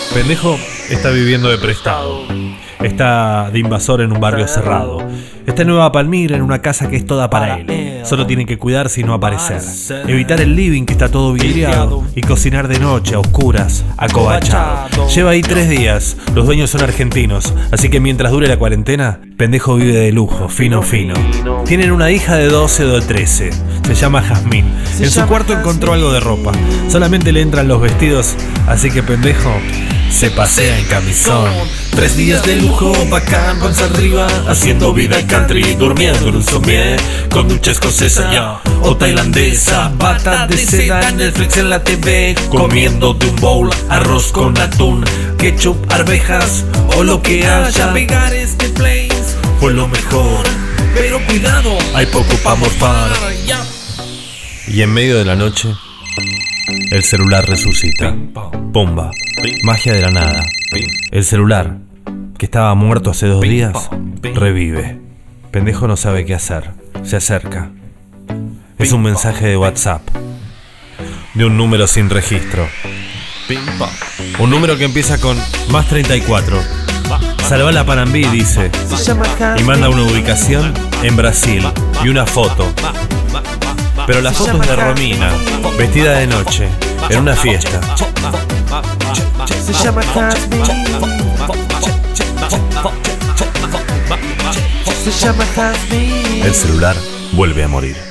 Pendejo está viviendo de prestado. Está de invasor en un barrio cerrado. Está en Nueva Palmira, en una casa que es toda para él. Solo tiene que cuidarse y no aparecer. Evitar el living que está todo vidriado. Y cocinar de noche, a oscuras, acobachado. Lleva ahí 3 días. Los dueños son argentinos. Así que mientras dure la cuarentena, Pendejo vive de lujo, fino. Tienen una hija de 12 o de 13. Se llama Jazmín. En su cuarto encontró algo de ropa. Solamente le entran los vestidos. Así que Pendejo se pasea en camisón. 3 días de lujo, bacán, panza arriba, haciendo vida country, durmiendo en un somier, con ducha escocesa ya, o tailandesa, bata de seda, Netflix en la TV, comiendo de un bowl, arroz con atún, ketchup, arvejas, o lo que haya. Pegar este place fue lo mejor, pero cuidado, hay poco pa' morfar. Y en medio de la noche, el celular resucita. Pumba. Magia de la nada. El celular, que estaba muerto hace 2 días, revive. Pendejo no sabe qué hacer. Se acerca. Es un mensaje de WhatsApp, de un número sin registro. Un número que empieza con +34. Salva Panambí, dice. Y manda una ubicación en Brasil y una foto. Pero la foto es de Romina, vestida de noche, en una fiesta. Se llama Jazmín. Se llama Jazmín. El celular vuelve a morir.